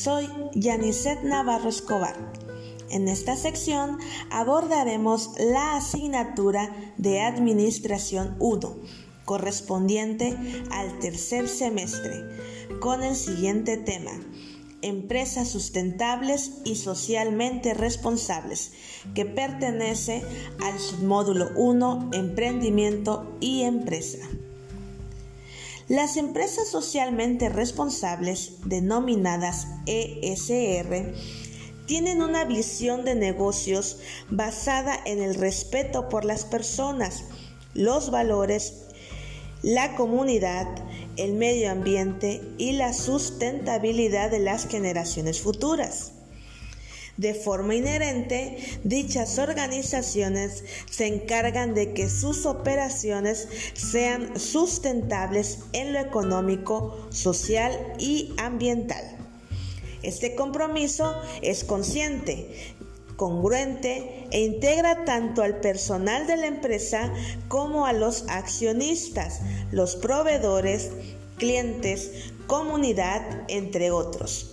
soy Yanicet Navarro Escobar. En esta sección abordaremos la asignatura de Administración 1, correspondiente al tercer semestre, con el siguiente tema: Empresas sustentables y socialmente responsables, que pertenece al submódulo 1, Emprendimiento y Empresa. Las empresas socialmente responsables, denominadas ESR, tienen una visión de negocios basada en el respeto por las personas, los valores, la comunidad, el medio ambiente y la sustentabilidad de las generaciones futuras. De forma inherente, dichas organizaciones se encargan de que sus operaciones sean sustentables en lo económico, social y ambiental. Este compromiso es consciente, congruente e integra tanto al personal de la empresa como a los accionistas, los proveedores, clientes, comunidad, entre otros.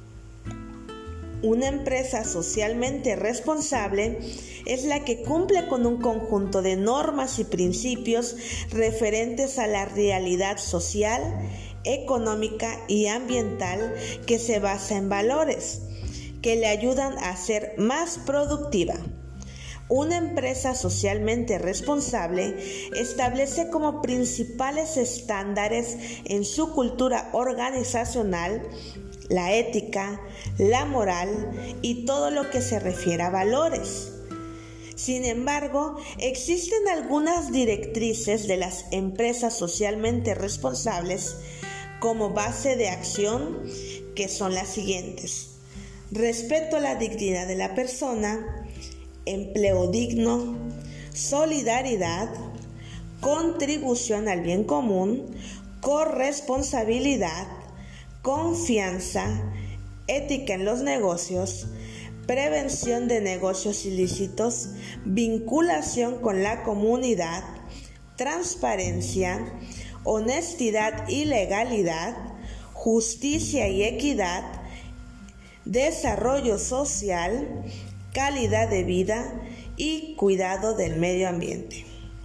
Una empresa socialmente responsable es la que cumple con un conjunto de normas y principios referentes a la realidad social, económica y ambiental que se basa en valores que le ayudan a ser más productiva. Una empresa socialmente responsable establece como principales estándares en su cultura organizacional la ética, la moral y todo lo que se refiere a valores. Sin embargo, existen algunas directrices de las empresas socialmente responsables como base de acción, que son las siguientes: respeto a la dignidad de la persona, empleo digno, solidaridad, contribución al bien común, corresponsabilidad, confianza, ética en los negocios, prevención de negocios ilícitos, vinculación con la comunidad, transparencia, honestidad y legalidad, justicia y equidad, desarrollo social, calidad de vida y cuidado del medio ambiente.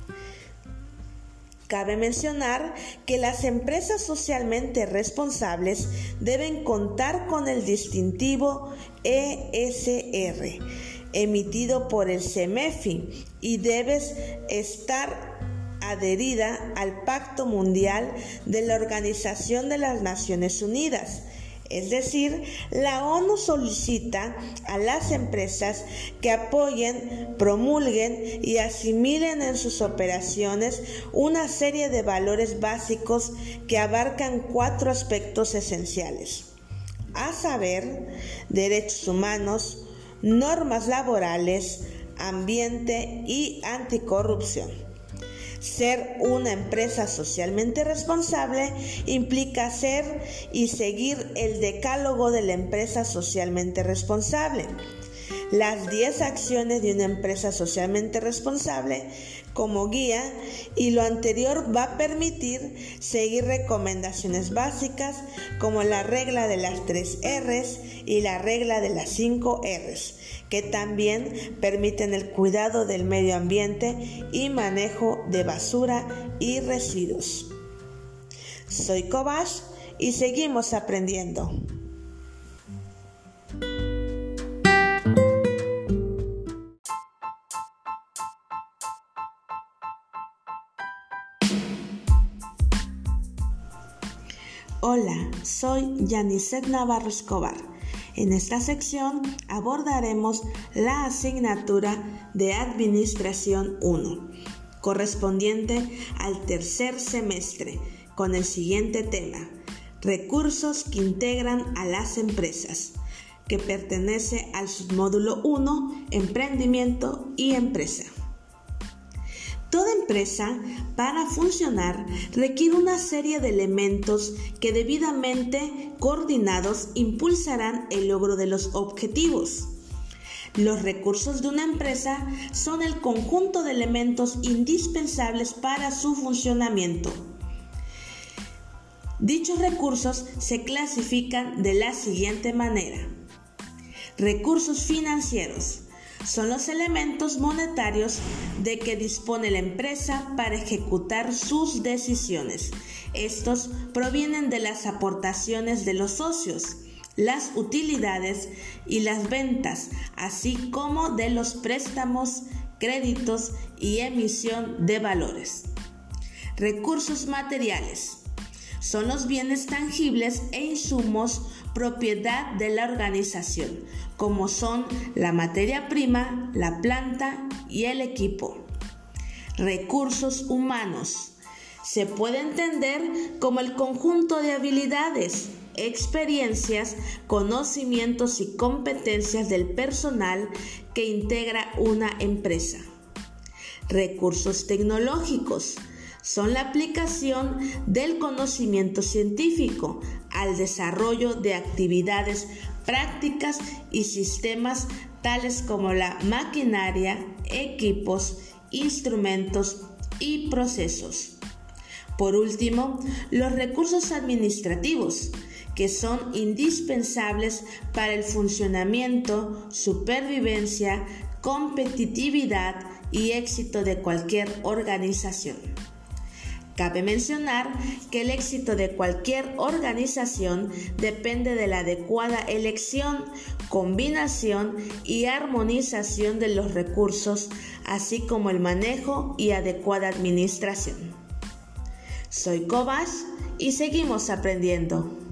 Cabe mencionar que las empresas socialmente responsables deben contar con el distintivo ESR, emitido por el CEMEFI, y debe estar adherida al Pacto Mundial de la Organización de las Naciones Unidas. Es decir, la ONU solicita a las empresas que apoyen, promulguen y asimilen en sus operaciones una serie de valores básicos que abarcan 4 aspectos esenciales, a saber, derechos humanos, normas laborales, ambiente y anticorrupción. Ser una empresa socialmente responsable implica ser y seguir el decálogo de la empresa socialmente responsable. Las 10 acciones de una empresa socialmente responsable como guía, y lo anterior va a permitir seguir recomendaciones básicas como la regla de las 3 R's y la regla de las 5 R's, que también permiten el cuidado del medio ambiente y manejo de basura y residuos. Soy Kovash y seguimos aprendiendo. Hola, soy Yanicet Navarro Escobar. En esta sección abordaremos la asignatura de Administración 1, correspondiente al tercer semestre, con el siguiente tema: recursos que integran a las empresas, que pertenece al submódulo 1, Emprendimiento y Empresa. Toda empresa, para funcionar, requiere una serie de elementos que debidamente coordinados impulsarán el logro de los objetivos. Los recursos de una empresa son el conjunto de elementos indispensables para su funcionamiento. Dichos recursos se clasifican de la siguiente manera. Recursos financieros son los elementos monetarios de que dispone la empresa para ejecutar sus decisiones. Estos provienen de las aportaciones de los socios, las utilidades y las ventas, así como de los préstamos, créditos y emisión de valores. Recursos materiales son los bienes tangibles e insumos propiedad de la organización, como son la materia prima, la planta y el equipo. Recursos humanos se puede entender como el conjunto de habilidades, experiencias, conocimientos y competencias del personal que integra una empresa. Recursos tecnológicos son la aplicación del conocimiento científico al desarrollo de actividades prácticas y sistemas tales como la maquinaria, equipos, instrumentos y procesos. Por último, los recursos administrativos, que son indispensables para el funcionamiento, supervivencia, competitividad y éxito de cualquier organización. Cabe mencionar que el éxito de cualquier organización depende de la adecuada elección, combinación y armonización de los recursos, así como el manejo y adecuada administración. Soy Kovacs y seguimos aprendiendo.